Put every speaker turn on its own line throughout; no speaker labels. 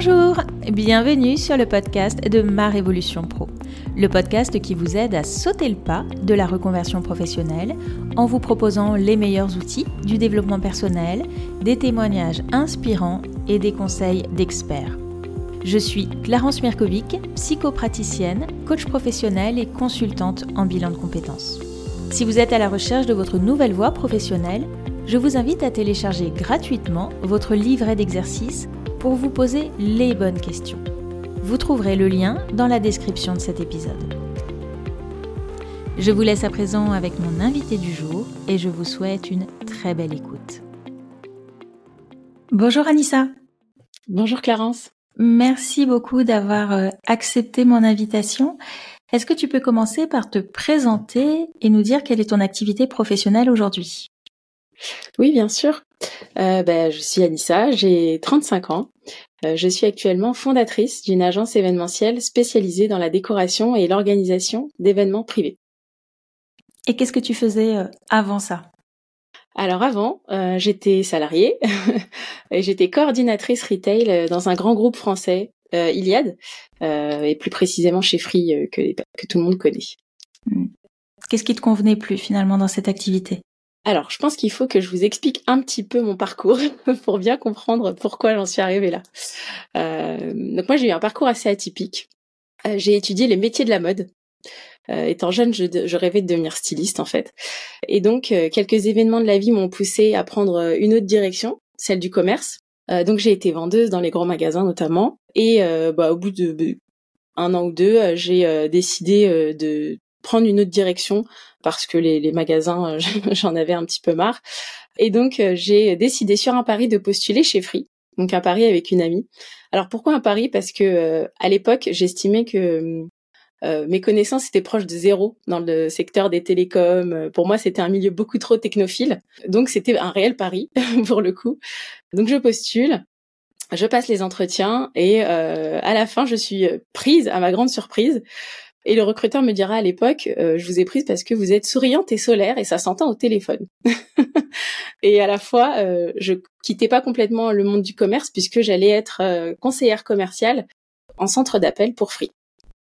Bonjour, bienvenue sur le podcast de Ma Révolution Pro, le podcast qui vous aide à sauter le pas de la reconversion professionnelle en vous proposant les meilleurs outils du développement personnel, des témoignages inspirants et des conseils d'experts. Je suis Clarence Mirkovic, psychopraticienne, coach professionnelle et consultante en bilan de compétences. Si vous êtes à la recherche de votre nouvelle voie professionnelle, je vous invite à télécharger gratuitement votre livret d'exercices pour vous poser les bonnes questions. Vous trouverez le lien dans la description de cet épisode. Je vous laisse à présent avec mon invité du jour et je vous souhaite une très belle écoute. Bonjour Anissa.
Bonjour Clarence.
Merci beaucoup d'avoir accepté mon invitation. Est-ce que tu peux commencer par te présenter et nous dire quelle est ton activité professionnelle aujourd'hui ?
Oui, bien sûr. Je suis Anissa, j'ai 35 ans. Je suis actuellement fondatrice d'une agence événementielle spécialisée dans la décoration et l'organisation d'événements privés.
Et qu'est-ce que tu faisais avant ça ?
Alors avant, j'étais salariée et j'étais coordinatrice retail dans un grand groupe français, Iliad, et plus précisément chez Free, que tout le monde connaît.
Qu'est-ce qui te convenait plus finalement dans cette activité ?
Alors, je pense qu'il faut que je vous explique un petit peu mon parcours pour bien comprendre pourquoi j'en suis arrivée là. Donc moi, j'ai eu un parcours assez atypique. J'ai étudié les métiers de la mode. Étant jeune, je rêvais de devenir styliste en fait. Et donc, quelques événements de la vie m'ont poussée à prendre une autre direction, celle du commerce. Donc, j'ai été vendeuse dans les grands magasins notamment. Et au bout de un an ou deux, j'ai décidé de prendre une autre direction parce que les magasins, j'en avais un petit peu marre. Et donc, j'ai décidé sur un pari de postuler chez Free. Donc, un pari avec une amie. Alors, pourquoi un pari ? Parce que à l'époque, j'estimais que mes connaissances étaient proches de zéro dans le secteur des télécoms. Pour moi, c'était un milieu beaucoup trop technophile. Donc, c'était un réel pari, pour le coup. Donc, je postule. Je passe les entretiens et à la fin, je suis prise, à ma grande surprise. Et le recruteur me dira à l'époque, je vous ai prise parce que vous êtes souriante et solaire et ça s'entend au téléphone. Et à la fois, je quittais pas complètement le monde du commerce puisque j'allais être conseillère commerciale en centre d'appel pour Free.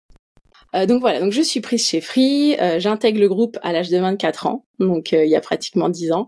Donc voilà, donc je suis prise chez Free, j'intègre le groupe à l'âge de 24 ans, donc il y a pratiquement 10 ans,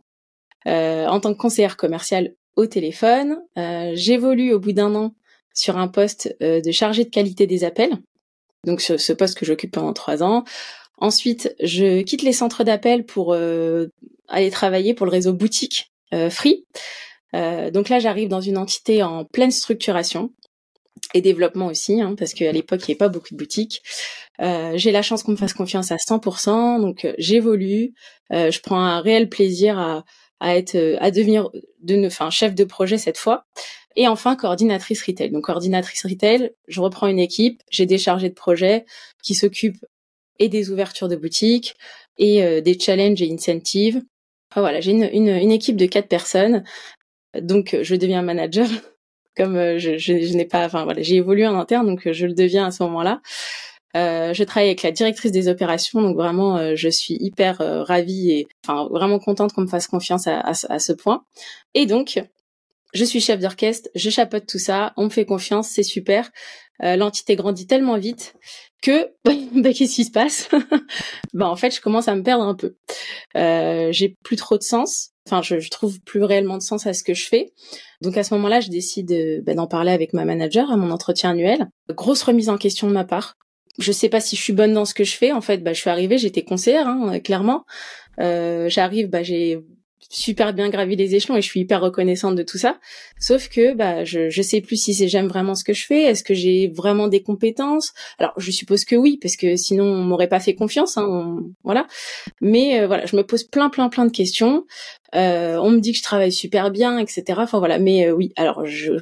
en tant que conseillère commerciale au téléphone. J'évolue au bout d'un an sur un poste de chargée de qualité des appels. Donc ce poste que j'occupe pendant 3 ans. Ensuite, je quitte les centres d'appel pour aller travailler pour le réseau boutique Free. Donc là, j'arrive dans une entité en pleine structuration et développement aussi, parce qu'à l'époque, il n'y avait pas beaucoup de boutiques. J'ai la chance qu'on me fasse confiance à 100%, donc j'évolue. Je prends un réel plaisir à devenir chef de projet cette fois. Et enfin, coordinatrice retail. Donc, coordinatrice retail, je reprends une équipe, j'ai des chargés de projet qui s'occupent et des ouvertures de boutiques et des challenges et incentives. Enfin, voilà, j'ai une équipe de 4 personnes. Donc, je deviens manager. Comme je n'ai pas... Enfin, voilà, j'ai évolué en interne, donc je le deviens à ce moment-là. Je travaille avec la directrice des opérations, donc vraiment, je suis hyper ravie et vraiment contente qu'on me fasse confiance à ce point. Et donc... je suis chef d'orchestre, je chapeaute tout ça, on me fait confiance, c'est super. L'entité grandit tellement vite que, qu'est-ce qui se passe ? En fait, je commence à me perdre un peu. J'ai plus trop de sens. Je trouve plus réellement de sens à ce que je fais. Donc à ce moment-là, je décide d'en parler avec ma manager à mon entretien annuel. Grosse remise en question de ma part. Je sais pas si je suis bonne dans ce que je fais. En fait, je suis arrivée, j'étais conseillère, clairement. J'arrive, j'ai super bien gravi les échelons et je suis hyper reconnaissante de tout ça. Sauf que je sais plus si j'aime vraiment ce que je fais. Est-ce que j'ai vraiment des compétences ? Alors je suppose que oui, parce que sinon on m'aurait pas fait confiance. Voilà. Mais voilà, je me pose plein de questions. On me dit que je travaille super bien, etc. Mais oui. Alors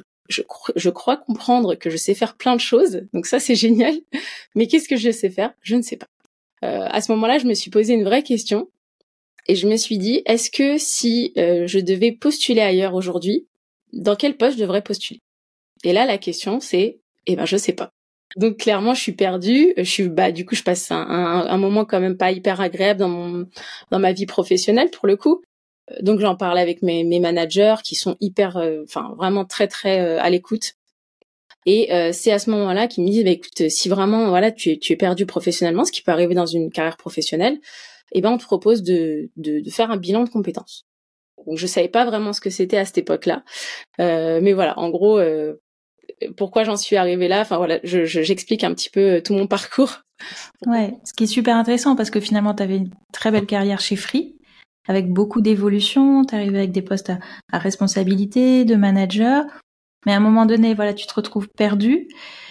je crois comprendre que je sais faire plein de choses. Donc ça c'est génial. Mais qu'est-ce que je sais faire ? Je ne sais pas. À ce moment-là, je me suis posé une vraie question. Et je me suis dit, est-ce que si je devais postuler ailleurs aujourd'hui, dans quel poste je devrais postuler ? Et là, la question, c'est, je sais pas. Donc clairement, je suis perdue. Du coup, je passe un moment quand même pas hyper agréable dans ma vie professionnelle pour le coup. Donc j'en parle avec mes managers qui sont hyper, vraiment très très à l'écoute. Et c'est à ce moment-là qu'ils me disent, bah, écoute, si vraiment voilà tu es perdu professionnellement, ce qui peut arriver dans une carrière professionnelle, eh ben on te propose de faire un bilan de compétences. Donc je savais pas vraiment ce que c'était à cette époque-là, mais voilà, en gros, pourquoi j'en suis arrivée là. Enfin voilà, j'explique un petit peu tout mon parcours.
Ouais, ce qui est super intéressant parce que finalement, tu avais une très belle carrière chez Free, avec beaucoup d'évolution, tu arrivé avec des postes à responsabilité, de manager, mais à un moment donné, voilà, tu te retrouves perdu.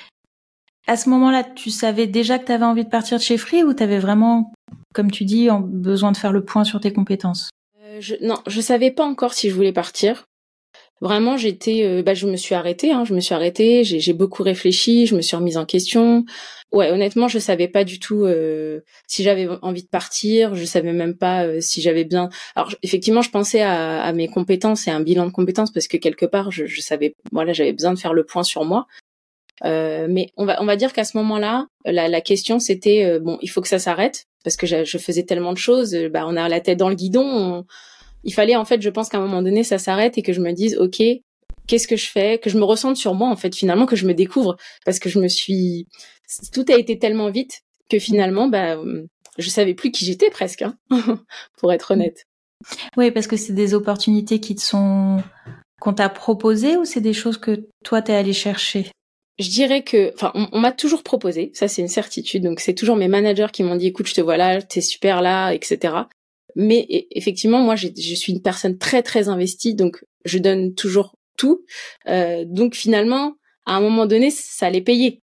À ce moment-là, tu savais déjà que tu avais envie de partir de chez Free ou tu avais vraiment, comme tu dis, besoin de faire le point sur tes compétences?
Non, je savais pas encore si je voulais partir. Vraiment, je me suis arrêtée, hein, j'ai beaucoup réfléchi, je me suis remise en question. Ouais, honnêtement, je savais pas du tout si j'avais envie de partir, je savais même pas si j'avais bien. Alors, effectivement, je pensais à mes compétences et à un bilan de compétences parce que quelque part, je savais, voilà, j'avais besoin de faire le point sur moi. Mais on va dire qu'à ce moment-là, la question c'était bon, il faut que ça s'arrête parce que je faisais tellement de choses, on a la tête dans le guidon. Il fallait en fait, je pense qu'à un moment donné, ça s'arrête et que je me dise, ok, qu'est-ce que je fais, que je me ressente sur moi en fait, finalement, que je me découvre, parce que tout a été tellement vite que finalement, je savais plus qui j'étais presque, hein, pour être honnête.
Oui, parce que c'est des opportunités qu'on t'a proposées ou c'est des choses que toi t'es allé chercher?
Je dirais que, enfin, on m'a toujours proposé, ça c'est une certitude. Donc c'est toujours mes managers qui m'ont dit, écoute, je te vois là, t'es super là, etc. Mais effectivement, moi, je suis une personne très très investie, donc je donne toujours tout. Donc finalement, à un moment donné, ça allait payer.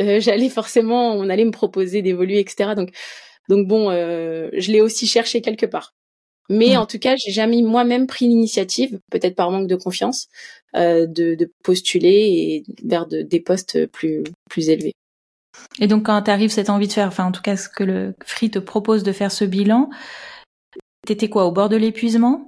On allait me proposer d'évoluer, etc. Donc bon, je l'ai aussi cherché quelque part. Mais en tout cas, j'ai jamais moi-même pris l'initiative, peut-être par manque de confiance, de postuler et vers des postes plus élevés.
Et donc, quand t'arrives cette envie de faire, enfin, en tout cas, ce que le Free te propose de faire ce bilan, t'étais quoi, au bord de l'épuisement?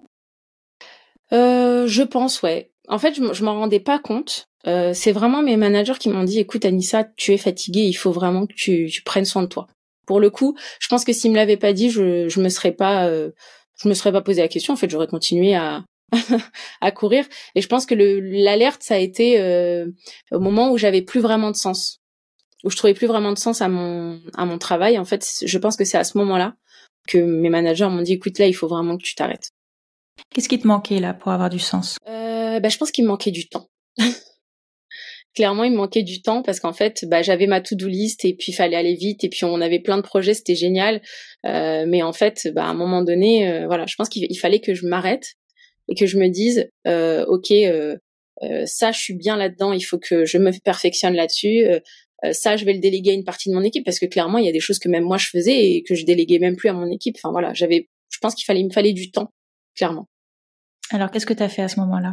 Je pense, ouais. En fait, je m'en rendais pas compte. C'est vraiment mes managers qui m'ont dit, écoute, Anissa, tu es fatiguée, il faut vraiment que tu prennes soin de toi. Pour le coup, je pense que s'ils me l'avaient pas dit, je me serais pas posé la question. En fait, j'aurais continué à à courir. Et je pense que l'alerte, ça a été au moment où j'avais plus vraiment de sens, où je trouvais plus vraiment de sens à mon travail. En fait, je pense que c'est à ce moment-là que mes managers m'ont dit, écoute, là, il faut vraiment que tu t'arrêtes.
Qu'est-ce qui te manquait là pour avoir du sens?
Je pense qu'il me manquait du temps. Clairement, il me manquait du temps parce qu'en fait, j'avais ma to-do list et puis il fallait aller vite et puis on avait plein de projets, c'était génial. Mais en fait, à un moment donné, voilà, je pense qu'il fallait que je m'arrête et que je me dise, ok, ça, je suis bien là-dedans, il faut que je me perfectionne là-dessus. Ça, je vais le déléguer à une partie de mon équipe parce que clairement, il y a des choses que même moi je faisais et que je déléguais même plus à mon équipe. Enfin voilà, je pense il me fallait du temps, clairement.
Alors, qu'est-ce que t'as fait à ce moment-là?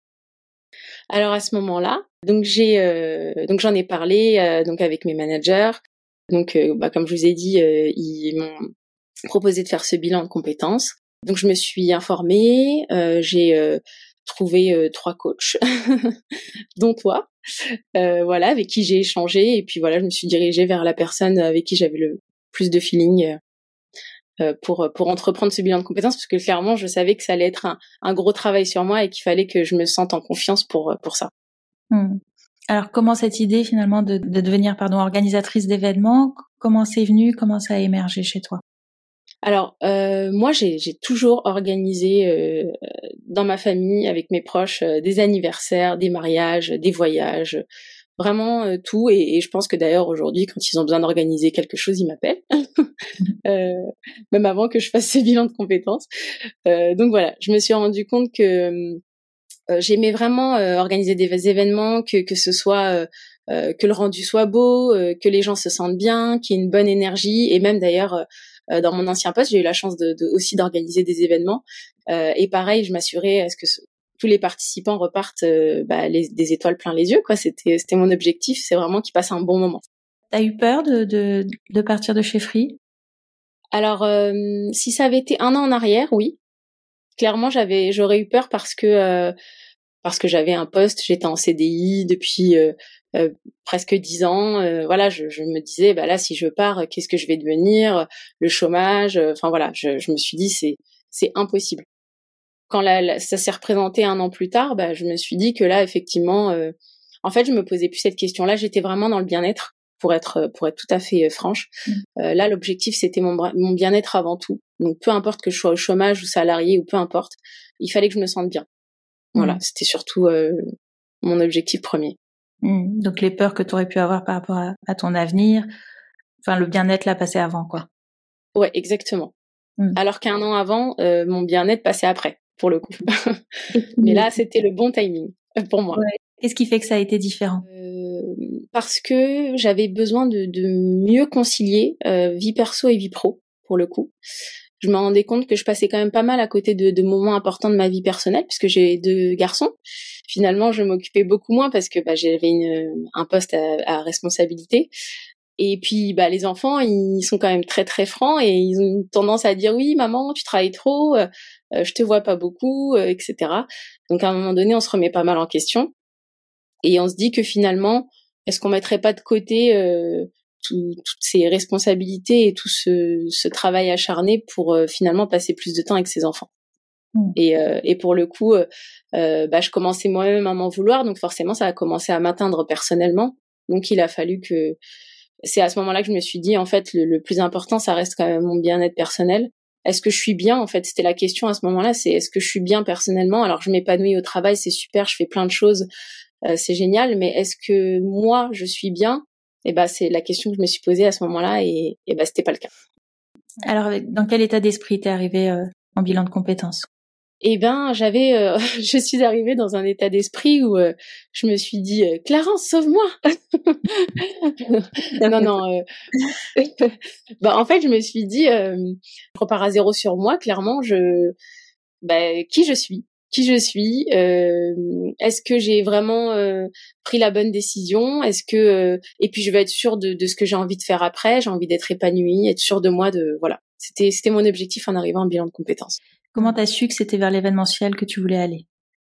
Alors à ce moment-là, donc j'en ai parlé donc avec mes managers. Donc comme je vous ai dit, ils m'ont proposé de faire ce bilan de compétences. Donc je me suis informée, j'ai trouvé 3 coachs, dont toi, voilà, avec qui j'ai échangé et puis voilà, je me suis dirigée vers la personne avec qui j'avais le plus de feeling pour entreprendre ce bilan de compétences parce que clairement, je savais que ça allait être un gros travail sur moi et qu'il fallait que je me sente en confiance pour ça.
Alors, comment cette idée finalement de devenir organisatrice d'événements, comment c'est venu, comment ça a émergé chez toi?
Alors, moi, j'ai toujours organisé dans ma famille, avec mes proches, des anniversaires, des mariages, des voyages, vraiment tout. Et je pense que d'ailleurs aujourd'hui, quand ils ont besoin d'organiser quelque chose, ils m'appellent, euh, même avant que je fasse ce bilan de compétences. Donc voilà, je me suis rendu compte que j'aimais vraiment organiser des événements, que ce soit que le rendu soit beau, que les gens se sentent bien, qu'il y ait une bonne énergie. Et même d'ailleurs, dans mon ancien poste, j'ai eu la chance aussi d'organiser des événements. Et pareil, je m'assurais à ce que tous les participants repartent des étoiles plein les yeux, quoi. C'était mon objectif. C'est vraiment qu'ils passent un bon moment.
T'as eu peur de partir de chez Free?
Alors, si ça avait été 1 an en arrière, oui. Clairement, j'aurais eu peur parce que j'avais un poste, j'étais en CDI depuis presque 10 ans. Voilà, je me disais, là, si je pars, qu'est-ce que je vais devenir? Le chômage, enfin voilà, je me suis dit, c'est impossible. Quand ça s'est représenté 1 an plus tard, je me suis dit que là, effectivement, En fait, je me posais plus cette question-là. J'étais vraiment dans le bien-être, pour être tout à fait franche. Là, l'objectif, c'était mon bien-être avant tout. Donc, peu importe que je sois au chômage ou salarié ou peu importe, il fallait que je me sente bien. Voilà, c'était surtout mon objectif premier.
Donc, les peurs que tu aurais pu avoir par rapport à ton avenir, enfin, le bien-être là passait avant, quoi.
Ouais, exactement. Alors qu'1 an avant, mon bien-être passait après, pour le coup. Mais là, c'était le bon timing pour moi.
Ouais. Qu'est-ce qui fait que ça a été différent?
Parce que j'avais besoin de mieux concilier vie perso et vie pro, pour le coup. Je me rendais compte que je passais quand même pas mal à côté de moments importants de ma vie personnelle, puisque j'ai 2 garçons. Finalement, je m'occupais beaucoup moins parce que j'avais un poste à responsabilité. Et puis, les enfants, ils sont quand même très très francs et ils ont tendance à dire oui, maman, tu travailles trop, je te vois pas beaucoup, etc. Donc à un moment donné, on se remet pas mal en question et on se dit que finalement, est-ce qu'on mettrait pas de côté toutes ces responsabilités et tout ce travail acharné pour finalement passer plus de temps avec ses enfants. Et pour le coup, je commençais moi-même à m'en vouloir, donc forcément, ça a commencé à m'atteindre personnellement. Donc il a fallu que c'est à ce moment-là que je me suis dit, en fait, le plus important, ça reste quand même mon bien-être personnel. Est-ce que je suis bien? En fait, c'était la question à ce moment-là, c'est est-ce que je suis bien personnellement? Alors, je m'épanouis au travail, c'est super, je fais plein de choses, c'est génial, mais est-ce que moi, je suis bien? C'est la question que je me suis posée à ce moment-là et c'était pas le cas.
Alors, dans quel état d'esprit t'es arrivée en bilan de compétences?
Je suis arrivée dans un état d'esprit où je me suis dit Clarence, sauve-moi. Non. En fait, je me suis dit, je repars à 0 sur moi. Clairement, qui je suis. Est-ce que j'ai vraiment pris la bonne décision? Est-ce que et puis je vais être sûre de ce que j'ai envie de faire après. J'ai envie d'être épanouie, être sûre de moi. Voilà. C'était mon objectif en arrivant en bilan de compétences.
Comment t'as su que c'était vers l'événementiel que tu voulais aller?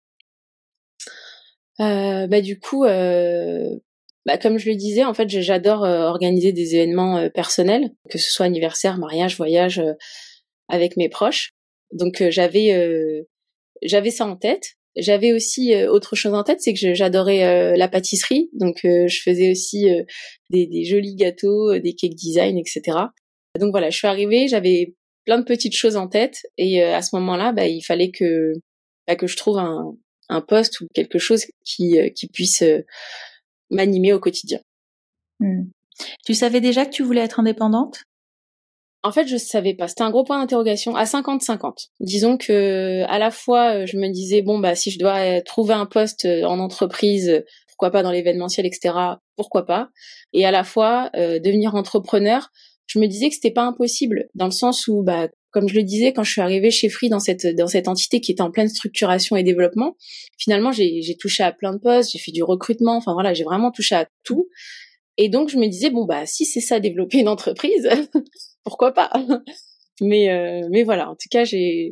Du coup, comme je le disais, en fait, j'adore organiser des événements personnels, que ce soit anniversaire, mariage, voyage, avec mes proches. Donc j'avais ça en tête. J'avais aussi autre chose en tête, c'est que j'adorais la pâtisserie. Donc je faisais aussi des jolis gâteaux, des cake design, etc. Donc voilà, je suis arrivée, j'avais plein de petites choses en tête et à ce moment-là, il fallait que je trouve un poste ou quelque chose qui puisse m'animer au quotidien.
Tu savais déjà que tu voulais être indépendante?
En fait, je savais pas. C'était un gros point d'interrogation à 50-50. Disons que à la fois, je me disais si je dois trouver un poste en entreprise, pourquoi pas dans l'événementiel, etc. Pourquoi pas. Et à la fois, devenir entrepreneur, je me disais que c'était pas impossible dans le sens où, comme je le disais, quand je suis arrivée chez Free dans cette entité qui était en pleine structuration et développement, finalement, j'ai touché à plein de postes, j'ai fait du recrutement. Enfin voilà, j'ai vraiment touché à tout. Et donc je me disais si c'est ça développer une entreprise, pourquoi pas. Mais voilà, en tout cas je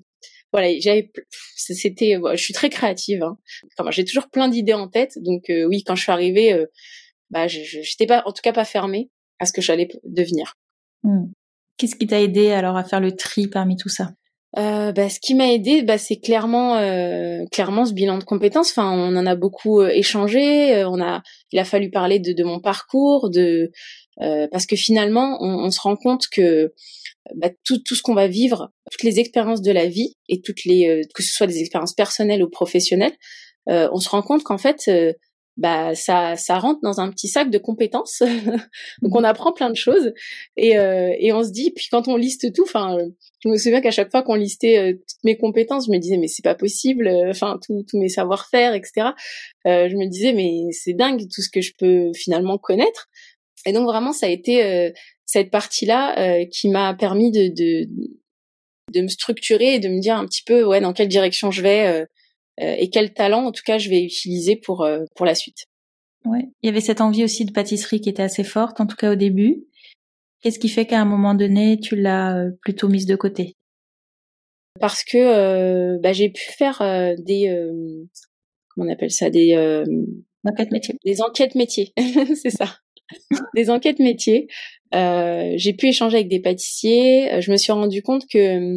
suis très créative. J'ai toujours plein d'idées en tête, donc oui, quand je suis arrivée, j'étais pas, en tout cas pas fermée à ce que j'allais devenir.
Qu'est-ce qui t'a aidé alors à faire le tri parmi tout ça?
Ce qui m'a aidé, c'est clairement ce bilan de compétences. Enfin, on en a beaucoup échangé. Il a fallu parler de mon parcours, parce que finalement, on se rend compte que tout ce qu'on va vivre, toutes les expériences de la vie et que ce soit des expériences personnelles ou professionnelles, on se rend compte qu'en fait, ça rentre dans un petit sac de compétences. Donc on apprend plein de choses et on se dit, puis quand on liste tout, je me souviens qu'à chaque fois qu'on listait toutes mes compétences, je me disais mais c'est pas possible, tous mes savoir-faire, etc. Je me disais mais c'est dingue tout ce que je peux finalement connaître. Et donc vraiment ça a été cette partie-là qui m'a permis de me structurer et de me dire un petit peu dans quelle direction je vais et quel talent en tout cas je vais utiliser pour la suite.
Ouais, il y avait cette envie aussi de pâtisserie qui était assez forte, en tout cas au début. Qu'est-ce qui fait qu'à un moment donné, tu l'as plutôt mise de côté?
Parce que j'ai pu faire comment on appelle ça, des
enquêtes métiers.
Des enquêtes métiers, c'est ça. Des enquêtes métiers. J'ai pu échanger avec des pâtissiers. Je me suis rendu compte que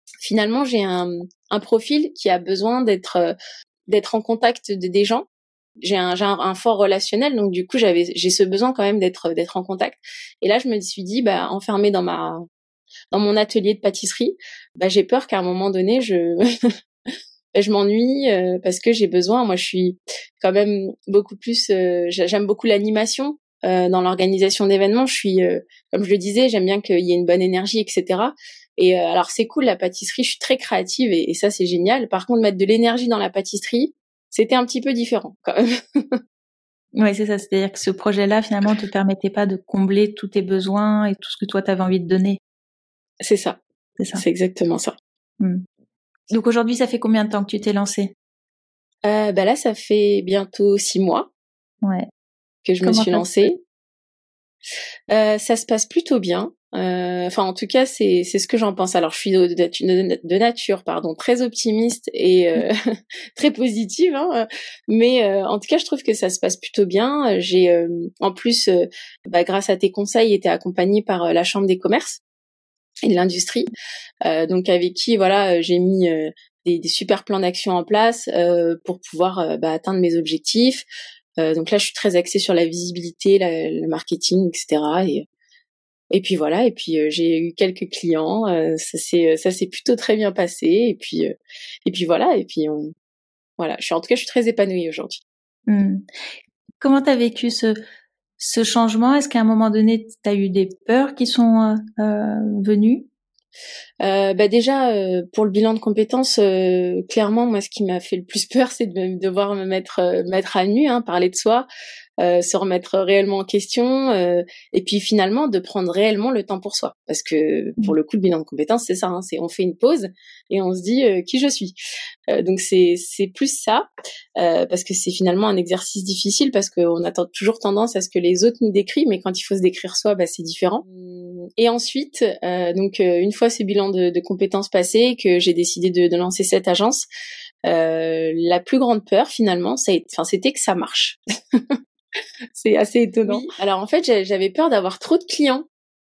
finalement j'ai un profil qui a besoin d'être en contact des gens. j'ai un fort relationnel, donc du coup j'ai ce besoin quand même d'être en contact. Et là je me suis dit enfermée dans mon atelier de pâtisserie, j'ai peur qu'à un moment donné je je m'ennuie parce que j'ai besoin. Moi je suis quand même beaucoup plus j'aime beaucoup l'animation dans l'organisation d'événements. Je suis comme je le disais, j'aime bien qu'il y ait une bonne énergie, etc. Et alors c'est cool la pâtisserie, je suis très créative et ça c'est génial. Par contre mettre de l'énergie dans la pâtisserie, c'était un petit peu différent quand même.
Oui, c'est ça. C'est-à-dire que ce projet-là, finalement, te permettait pas de combler tous tes besoins et tout ce que toi, tu avais envie de donner.
C'est ça.
C'est ça.
C'est exactement ça.
Donc aujourd'hui, ça fait combien de temps que tu t'es lancée ?
Là, ça fait bientôt 6 mois que je me suis lancée. Ça se passe plutôt bien. Enfin, en tout cas, c'est ce que j'en pense. Alors, je suis de nature, très optimiste et très positive, hein, mais en tout cas, je trouve que ça se passe plutôt bien. J'ai, en plus, grâce à tes conseils, été accompagnée par la Chambre des commerces et de l'industrie, donc avec qui, voilà, j'ai mis des super plans d'action en place pour pouvoir atteindre mes objectifs. Donc là, je suis très axée sur la visibilité, le marketing, etc. Et puis voilà. Et puis j'ai eu quelques clients. Ça s'est plutôt très bien passé. Et puis voilà. Et puis voilà. Je suis très épanouie aujourd'hui.
Comment t'as vécu ce changement ? Est-ce qu'à un moment donné, t'as eu des peurs qui sont venues ?
Déjà pour le bilan de compétences, clairement moi ce qui m'a fait le plus peur c'est de devoir me mettre à nu, hein, parler de soi, se remettre réellement en question, et puis finalement de prendre réellement le temps pour soi, parce que pour le coup le bilan de compétences c'est ça, hein, c'est on fait une pause et on se dit qui je suis. Donc c'est plus ça, parce que c'est finalement un exercice difficile, parce qu'on a toujours tendance à ce que les autres nous décrivent, mais quand il faut se décrire soi, c'est différent. Et ensuite, une fois ces bilans de compétences passés, que j'ai décidé de lancer cette agence, la plus grande peur finalement, c'était que ça marche. C'est assez étonnant. Oui. Alors en fait, j'avais peur d'avoir trop de clients,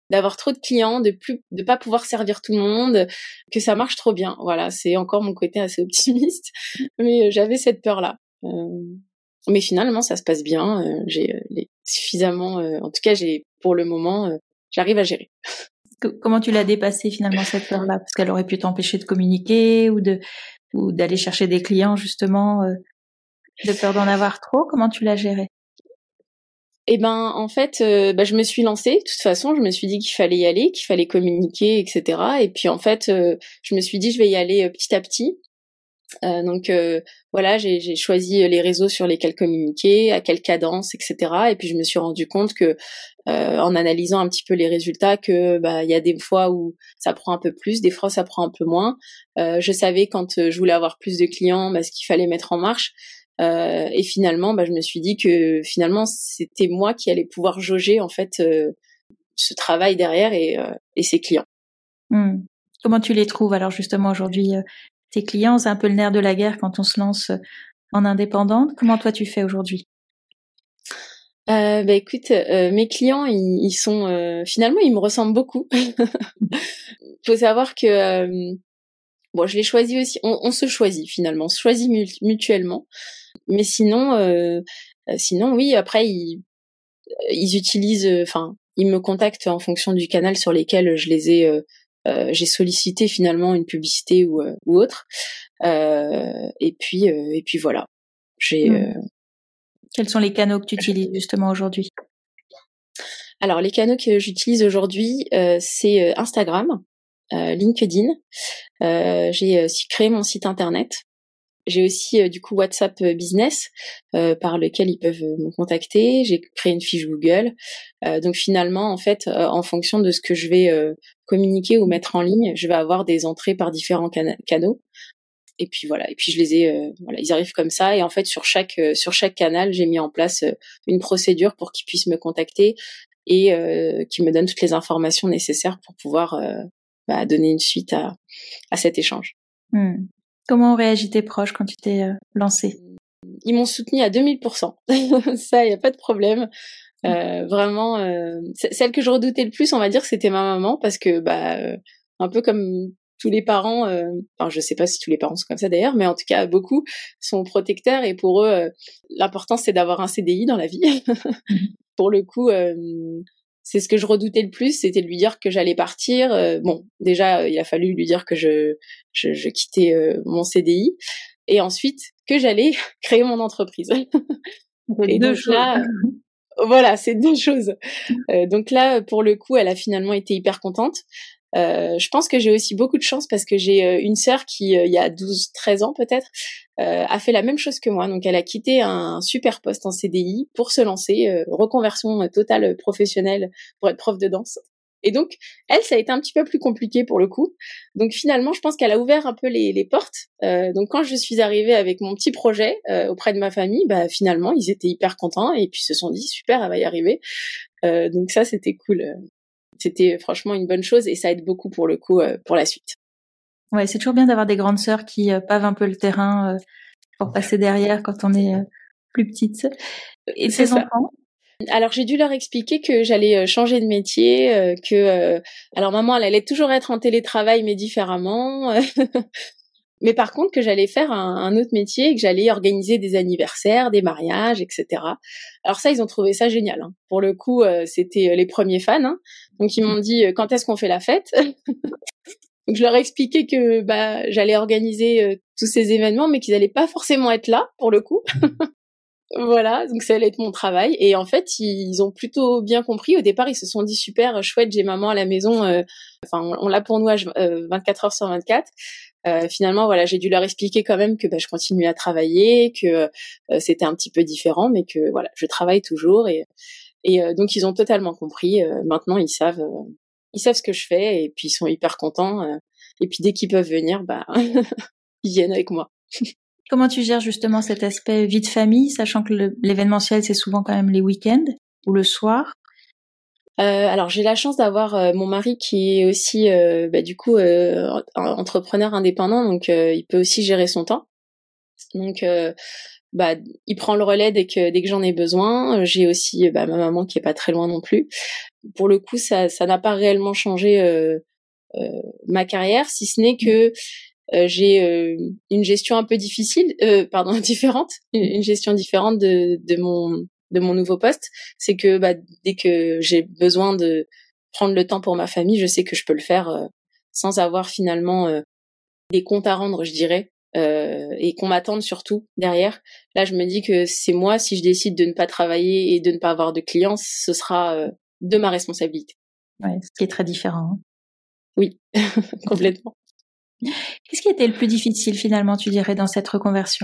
de pas pouvoir servir tout le monde, que ça marche trop bien. Voilà, c'est encore mon côté assez optimiste, mais j'avais cette peur-là. Mais finalement, ça se passe bien. J'ai suffisamment, en tout cas, pour le moment, j'arrive à gérer.
Comment tu l'as dépassée finalement cette peur-là ? Parce qu'elle aurait pu t'empêcher de communiquer ou d'aller chercher des clients justement, de peur d'en avoir trop. Comment tu l'as gérée ?
En fait, je me suis lancée. De toute façon, je me suis dit qu'il fallait y aller, qu'il fallait communiquer, etc. Et puis en fait, je me suis dit je vais y aller petit à petit. Donc voilà, j'ai choisi les réseaux sur lesquels communiquer, à quelle cadence, etc. Et puis je me suis rendu compte que en analysant un petit peu les résultats, que il y a des fois où ça prend un peu plus, des fois ça prend un peu moins. Je savais quand je voulais avoir plus de clients, ce qu'il fallait mettre en marche. Et finalement, je me suis dit que finalement c'était moi qui allais pouvoir jauger en fait ce travail derrière et ses clients.
Comment tu les trouves alors justement aujourd'hui, tes clients? C'est un peu le nerf de la guerre quand on se lance en indépendante. Comment toi tu fais aujourd'hui?
Écoute, mes clients ils sont finalement ils me ressemblent beaucoup. Faut savoir que je les choisis aussi. On se choisit finalement, on se choisit mutuellement. Mais sinon oui, après ils utilisent, ils me contactent en fonction du canal sur lesquels je les ai j'ai sollicité finalement une publicité ou autre. Et puis voilà.
Quels sont les canaux que tu utilises justement aujourd'hui?
Alors les canaux que j'utilise aujourd'hui, c'est Instagram, LinkedIn. J'ai aussi créé mon site internet. J'ai aussi du coup WhatsApp Business par lequel ils peuvent me contacter. J'ai créé une fiche Google. Donc finalement, en fait, en fonction de ce que je vais communiquer ou mettre en ligne, je vais avoir des entrées par différents canaux. Et puis voilà. Et puis je les ai, ils arrivent comme ça. Et en fait, sur chaque canal, j'ai mis en place une procédure pour qu'ils puissent me contacter et qu'ils me donnent toutes les informations nécessaires pour pouvoir donner une suite à cet échange.
Comment ont réagi tes proches quand tu t'es lancée?
Ils m'ont soutenue à 2000%. Ça, il y a pas de problème. Vraiment, celle que je redoutais le plus, on va dire, c'était ma maman, parce que un peu comme tous les parents, enfin je sais pas si tous les parents sont comme ça d'ailleurs, mais en tout cas beaucoup sont protecteurs et pour eux l'important c'est d'avoir un CDI dans la vie. Pour le coup, c'est ce que je redoutais le plus, c'était de lui dire que j'allais partir. Bon, déjà il a fallu lui dire que je quittais mon CDI et ensuite que j'allais créer mon entreprise. Et
deux
donc
choses.
là, voilà, c'est deux choses. Donc là, pour le coup, elle a finalement été hyper contente. Je pense que j'ai aussi beaucoup de chance parce que j'ai une sœur qui, il y a 12-13 ans peut-être, a fait la même chose que moi. Donc elle a quitté un super poste en CDI pour se lancer, reconversion totale professionnelle pour être prof de danse. Et donc, elle, ça a été un petit peu plus compliqué pour le coup. Donc finalement, je pense qu'elle a ouvert un peu les portes. Donc quand je suis arrivée avec mon petit projet auprès de ma famille, bah finalement, ils étaient hyper contents et puis se sont dit super, elle va y arriver. Donc ça, c'était cool. C'était franchement une bonne chose et ça aide beaucoup pour le coup pour la suite.
Ouais, c'est toujours bien d'avoir des grandes sœurs qui pavent un peu le terrain pour passer derrière quand on est plus petite. Et
C'est
tes
ça.
enfants?
Alors j'ai dû leur expliquer que j'allais changer de métier, que alors maman elle allait toujours être en télétravail mais différemment, mais par contre que j'allais faire un autre métier et que j'allais organiser des anniversaires, des mariages, etc. Alors ça ils ont trouvé ça génial. Hein. Pour le coup c'était les premiers fans. Hein. Donc ils m'ont dit quand est-ce qu'on fait la fête. Donc je leur ai expliqué que bah j'allais organiser tous ces événements mais qu'ils allaient pas forcément être là pour le coup. Voilà, donc ça allait être mon travail. Et en fait, ils ont plutôt bien compris. Au départ, ils se sont dit super chouette, j'ai maman à la maison. Enfin, on l'a pour nous 24 heures sur 24. Finalement, voilà, j'ai dû leur expliquer quand même que bah, je continuais à travailler, que c'était un petit peu différent, mais que voilà, je travaille toujours. Et donc ils ont totalement compris. Maintenant, ils savent ce que je fais et puis ils sont hyper contents. Et puis dès qu'ils peuvent venir, bah ils viennent avec moi.
Comment tu gères justement cet aspect vie de famille, sachant que l'événementiel, c'est souvent quand même les week-ends ou le soir?
Alors j'ai la chance d'avoir mon mari qui est aussi du coup entrepreneur indépendant, donc il peut aussi gérer son temps. Donc bah il prend le relais dès que j'en ai besoin. J'ai aussi ma maman qui est pas très loin non plus. Pour le coup ça n'a pas réellement changé ma carrière, si ce n'est que j'ai une gestion un peu difficile, différente, une gestion différente de mon nouveau poste. C'est que dès que j'ai besoin de prendre le temps pour ma famille, je sais que je peux le faire sans avoir finalement des comptes à rendre, je dirais, et qu'on m'attende surtout derrière. Là, je me dis que c'est moi, si je décide de ne pas travailler et de ne pas avoir de clients, ce sera de ma responsabilité.
Ouais, ce qui est très différent. Hein.
Oui, complètement.
Qu'est-ce qui a été le plus difficile finalement, tu dirais, dans cette reconversion?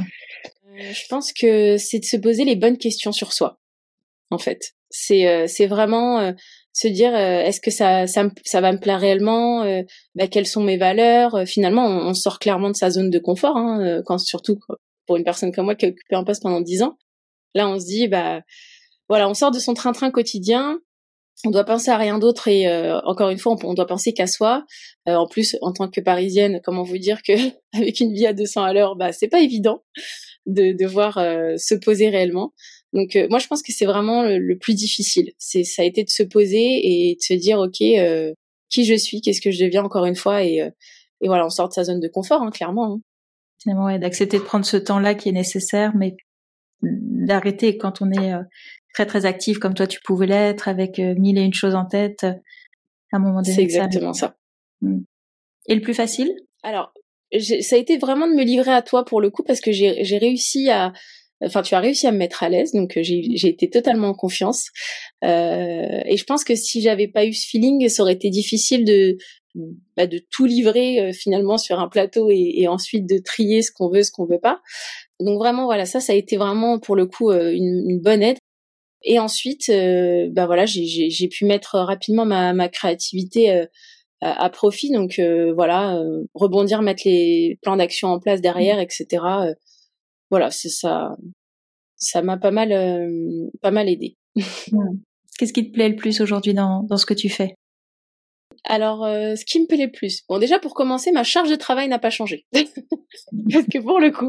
Je pense que c'est de se poser les bonnes questions sur soi, en fait. C'est vraiment se dire est-ce que ça va me plaire réellement, quelles sont mes valeurs. Finalement, on sort clairement de sa zone de confort, hein, quand surtout pour une personne comme moi qui a occupé un poste pendant 10 ans. Là, on se dit voilà, on sort de son train-train quotidien. On doit penser à rien d'autre et encore une fois, on doit penser qu'à soi. En plus, en tant que Parisienne, comment vous dire que avec une vie à 200 à l'heure, c'est pas évident de devoir se poser réellement. Donc moi, je pense que c'est vraiment le plus difficile. Ça a été de se poser et de se dire ok, qui je suis, qu'est-ce que je deviens encore une fois et voilà, on sort de sa zone de confort, hein, clairement. Hein.
Finalement, ouais, d'accepter de prendre ce temps-là qui est nécessaire, mais d'arrêter quand on est très très actif comme toi tu pouvais l'être avec 1001 choses en tête. À un moment donné,
c'est exactement ça.
Et le plus facile?
Alors, ça a été vraiment de me livrer à toi pour le coup parce que j'ai réussi à enfin tu as réussi à me mettre à l'aise, donc j'ai été totalement en confiance et je pense que si j'avais pas eu ce feeling, ça aurait été difficile de tout livrer finalement sur un plateau et ensuite de trier ce qu'on veut pas. Donc vraiment voilà, ça a été vraiment pour le coup une bonne aide. Et ensuite voilà, j'ai pu mettre rapidement ma créativité à profit, donc voilà, rebondir, mettre les plans d'action en place derrière, etc. Voilà, c'est ça. Ça m'a pas mal aidé.
Qu'est-ce qui te plaît le plus aujourd'hui dans ce que tu fais?
Alors, ce qui me plaît le plus, bon déjà pour commencer, ma charge de travail n'a pas changé. Parce que pour le coup,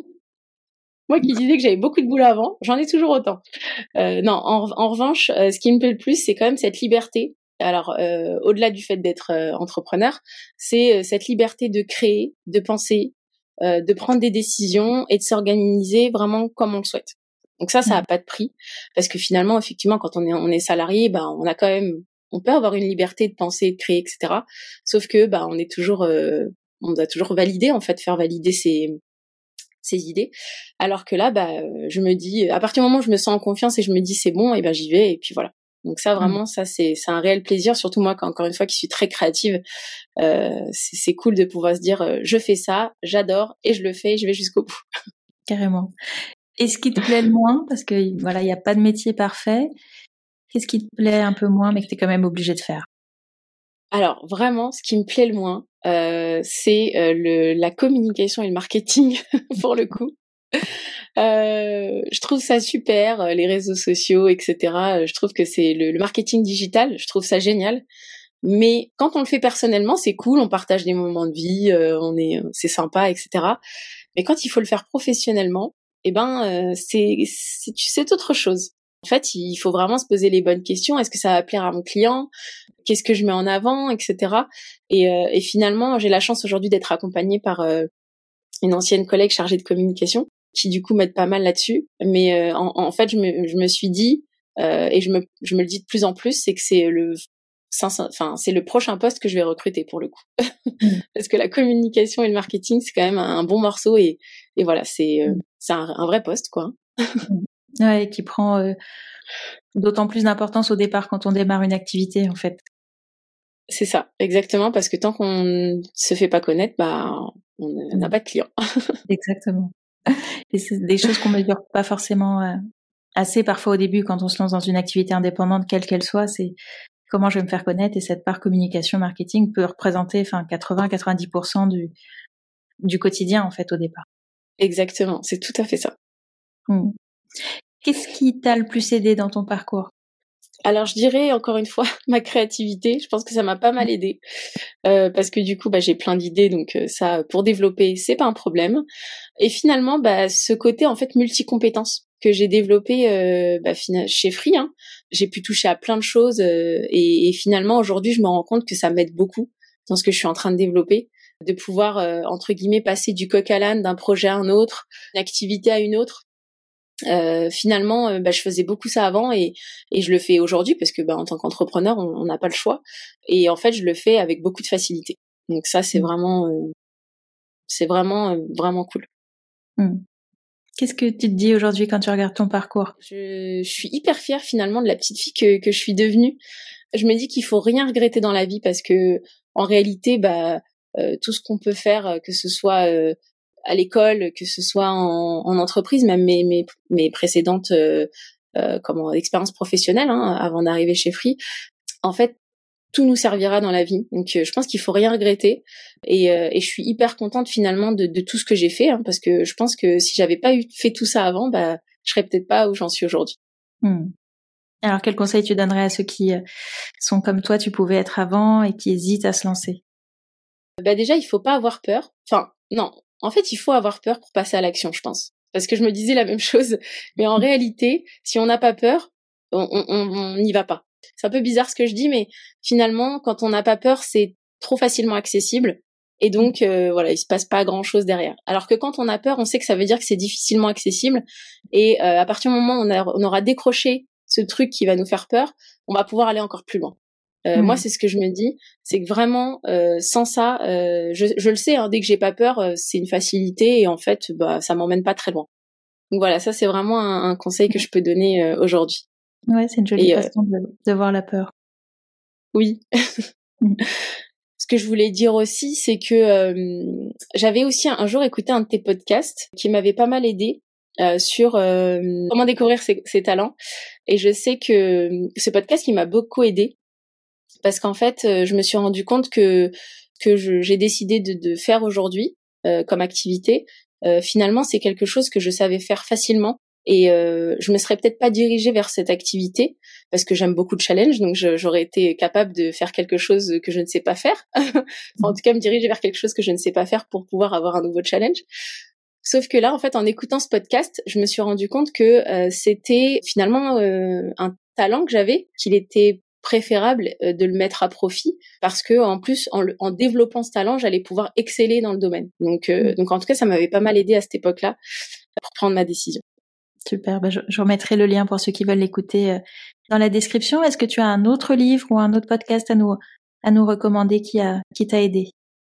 moi qui disais que j'avais beaucoup de boulot avant, j'en ai toujours autant. Non, en revanche, ce qui me plaît le plus, c'est quand même cette liberté Alors, au-delà du fait d'être entrepreneur, c'est cette liberté de créer, de penser, de prendre des décisions et de s'organiser vraiment comme on le souhaite. Donc ça a pas de prix, parce que finalement, effectivement, quand on est salarié, on a quand même, on peut avoir une liberté de penser, de créer, etc. Sauf que, on est toujours, on doit toujours valider, en fait, faire valider ses idées. Alors que là, je me dis, à partir du moment où je me sens en confiance et je me dis c'est bon, et j'y vais, et puis voilà. Donc ça, vraiment, ça c'est un réel plaisir, surtout moi, encore une fois, qui suis très créative. C'est cool de pouvoir se dire, je fais ça, j'adore, et je le fais, et je vais jusqu'au bout.
Carrément. Et ce qui te plaît le moins, parce que voilà, il n'y a pas de métier parfait, qu'est-ce qui te plaît un peu moins, mais que tu es quand même obligé de faire?
Alors vraiment, ce qui me plaît le moins, c'est la communication et le marketing, pour le coup. Je trouve ça super, les réseaux sociaux, etc. Je trouve que c'est le marketing digital, je trouve ça génial. Mais quand on le fait personnellement, c'est cool, on partage des moments de vie, c'est sympa, etc. Mais quand il faut le faire professionnellement, c'est autre chose. En fait, il faut vraiment se poser les bonnes questions. Est-ce que ça va plaire à mon client? Qu'est-ce que je mets en avant, etc. Et finalement, j'ai la chance aujourd'hui d'être accompagnée par une ancienne collègue chargée de communication qui du coup m'aide pas mal là-dessus. Mais en fait, je me suis dit, et je me le dis de plus en plus, c'est que c'est le prochain poste que je vais recruter pour le coup. Parce que la communication et le marketing, c'est quand même un bon morceau, et voilà, c'est un vrai poste, quoi.
Ouais, qui prend d'autant plus d'importance au départ quand on démarre une activité, en fait.
C'est ça, exactement, parce que tant qu'on ne se fait pas connaître, on n'a pas de clients.
Exactement. Et c'est des choses qu'on mesure pas forcément assez parfois au début quand on se lance dans une activité indépendante, quelle qu'elle soit, c'est comment je vais me faire connaître, et cette part communication, marketing peut représenter 80-90% du quotidien, en fait, au départ.
Exactement, c'est tout à fait ça.
Qu'est-ce qui t'a le plus aidé dans ton parcours?
Alors je dirais encore une fois ma créativité, je pense que ça m'a pas mal aidée, parce que du coup j'ai plein d'idées, donc ça, pour développer, c'est pas un problème. Et finalement ce côté en fait multi-compétences que j'ai développé chez Free, hein, j'ai pu toucher à plein de choses, et finalement aujourd'hui je me rends compte que ça m'aide beaucoup dans ce que je suis en train de développer, de pouvoir entre guillemets passer du coq à l'âne, d'un projet à un autre, d'une activité à une autre. Finalement, je faisais beaucoup ça avant, et je le fais aujourd'hui parce que en tant qu'entrepreneur, on n'a pas le choix. Et en fait, je le fais avec beaucoup de facilité. Donc ça, c'est vraiment vraiment cool.
Qu'est-ce que tu te dis aujourd'hui quand tu regardes ton parcours?
Je suis hyper fière finalement de la petite fille que je suis devenue. Je me dis qu'il faut rien regretter dans la vie, parce que en réalité, tout ce qu'on peut faire, que ce soit à l'école, que ce soit en entreprise, même mes précédentes expériences professionnelles, hein, avant d'arriver chez Free, en fait, tout nous servira dans la vie. Donc je pense qu'il faut rien regretter, et je suis hyper contente finalement de tout ce que j'ai fait, hein, parce que je pense que si j'avais pas fait tout ça avant, je serais peut-être pas où j'en suis aujourd'hui.
Alors quel conseil tu donnerais à ceux qui sont comme toi, tu pouvais être avant, et qui hésitent à se lancer?
Déjà, il faut pas avoir peur. Enfin, non. En fait, il faut avoir peur pour passer à l'action, je pense. Parce que je me disais la même chose. Mais en réalité, si on n'a pas peur, on n'y va pas. C'est un peu bizarre ce que je dis, mais finalement, quand on n'a pas peur, c'est trop facilement accessible. Et donc, il se passe pas grand-chose derrière. Alors que quand on a peur, on sait que ça veut dire que c'est difficilement accessible. Et à partir du moment où on aura décroché ce truc qui va nous faire peur, on va pouvoir aller encore plus loin. Moi, c'est ce que je me dis, c'est que vraiment, sans ça, je le sais, hein, dès que j'ai pas peur, c'est une facilité, et en fait, ça m'emmène pas très loin. Donc voilà, ça c'est vraiment un conseil que je peux donner aujourd'hui.
Ouais, c'est une jolie façon de voir la peur.
Oui. Ce que je voulais dire aussi, c'est que j'avais aussi un jour écouté un de tes podcasts qui m'avait pas mal aidé sur comment découvrir ses talents. Et je sais que ce podcast, il m'a beaucoup aidé, parce qu'en fait, je me suis rendu compte que j'ai décidé de faire aujourd'hui comme activité, finalement, c'est quelque chose que je savais faire facilement. Et je me serais peut-être pas dirigée vers cette activité parce que j'aime beaucoup de challenge, donc j'aurais été capable de faire quelque chose que je ne sais pas faire. Enfin, en tout cas, me diriger vers quelque chose que je ne sais pas faire pour pouvoir avoir un nouveau challenge. Sauf que là, en fait, en écoutant ce podcast, je me suis rendu compte que c'était finalement un talent que j'avais, qu'il était préférable de le mettre à profit parce que en plus en développant ce talent, j'allais pouvoir exceller dans le domaine. Donc en tout cas, ça m'avait pas mal aidé à cette époque-là pour prendre ma décision.
Super, je remettrai le lien pour ceux qui veulent l'écouter dans la description. Est-ce que tu as un autre livre ou un autre podcast à nous recommander qui t'a aidé?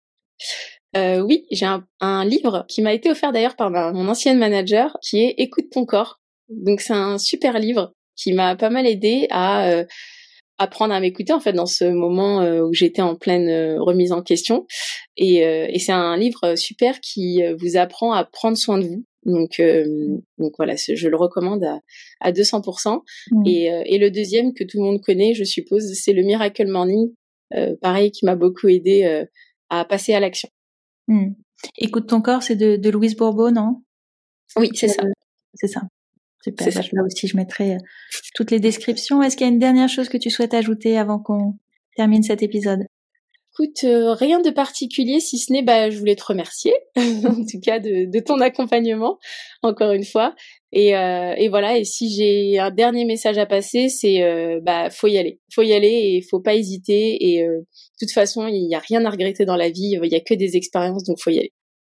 Oui, j'ai un livre qui m'a été offert d'ailleurs par mon ancienne manager qui est Écoute ton corps. Donc c'est un super livre qui m'a pas mal aidé à apprendre à m'écouter en fait dans ce moment où j'étais en pleine remise en question et c'est un livre super qui vous apprend à prendre soin de vous. Donc voilà, je le recommande à 200%. Et le deuxième que tout le monde connaît, je suppose, c'est le Miracle Morning, pareil qui m'a beaucoup aidé à passer à l'action.
Écoute ton corps, c'est de Louise Bourbeau, non?
Oui, c'est ça.
C'est ça. Super. Là aussi, je mettrai toutes les descriptions. Est-ce qu'il y a une dernière chose que tu souhaites ajouter avant qu'on termine cet épisode?
Écoute, rien de particulier, si ce n'est, je voulais te remercier, en tout cas de ton accompagnement, encore une fois. Et voilà. Et si j'ai un dernier message à passer, c'est faut y aller. Faut y aller et faut pas hésiter. Et de toute façon, il y a rien à regretter dans la vie. Il y a que des expériences, donc faut y aller.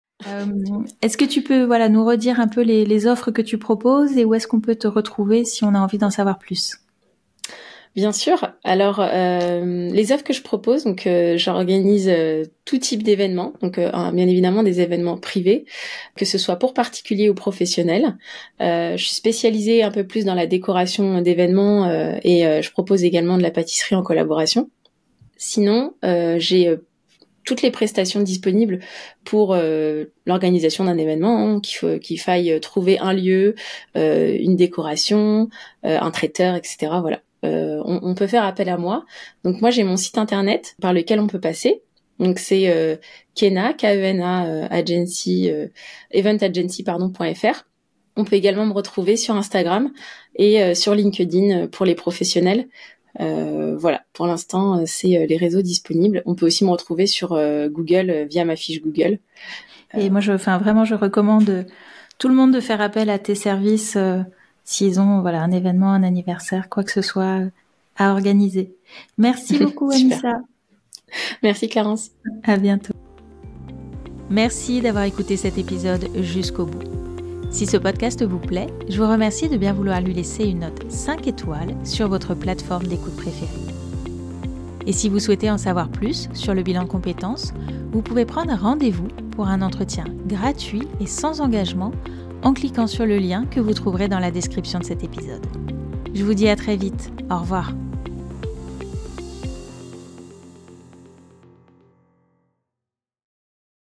Est-ce que tu peux nous redire un peu les offres que tu proposes et où est-ce qu'on peut te retrouver si on a envie d'en savoir plus?
Bien sûr. Alors, les offres que je propose, donc j'organise tout type d'événements, donc bien évidemment des événements privés, que ce soit pour particuliers ou professionnels. Je suis spécialisée un peu plus dans la décoration d'événements et je propose également de la pâtisserie en collaboration. Sinon, j'ai toutes les prestations disponibles pour l'organisation d'un événement, qu'il faille trouver un lieu, une décoration, un traiteur, etc. Voilà. On peut faire appel à moi. Donc moi j'ai mon site internet par lequel on peut passer. Donc c'est Kena, K-E-N-A agency, eventagency.fr. On peut également me retrouver sur Instagram et sur LinkedIn pour les professionnels. Voilà, pour l'instant c'est les réseaux disponibles. On peut aussi me retrouver sur Google via ma fiche Google.
Et moi je recommande tout le monde de faire appel à tes services s'ils ont un événement, un anniversaire, quoi que ce soit à organiser. Merci beaucoup Anissa.
Merci Clarence.
À bientôt. Merci d'avoir écouté cet épisode jusqu'au bout. Si ce podcast vous plaît, je vous remercie de bien vouloir lui laisser une note 5 étoiles sur votre plateforme d'écoute préférée. Et si vous souhaitez en savoir plus sur le bilan de compétences, vous pouvez prendre rendez-vous pour un entretien gratuit et sans engagement en cliquant sur le lien que vous trouverez dans la description de cet épisode. Je vous dis à très vite. Au revoir.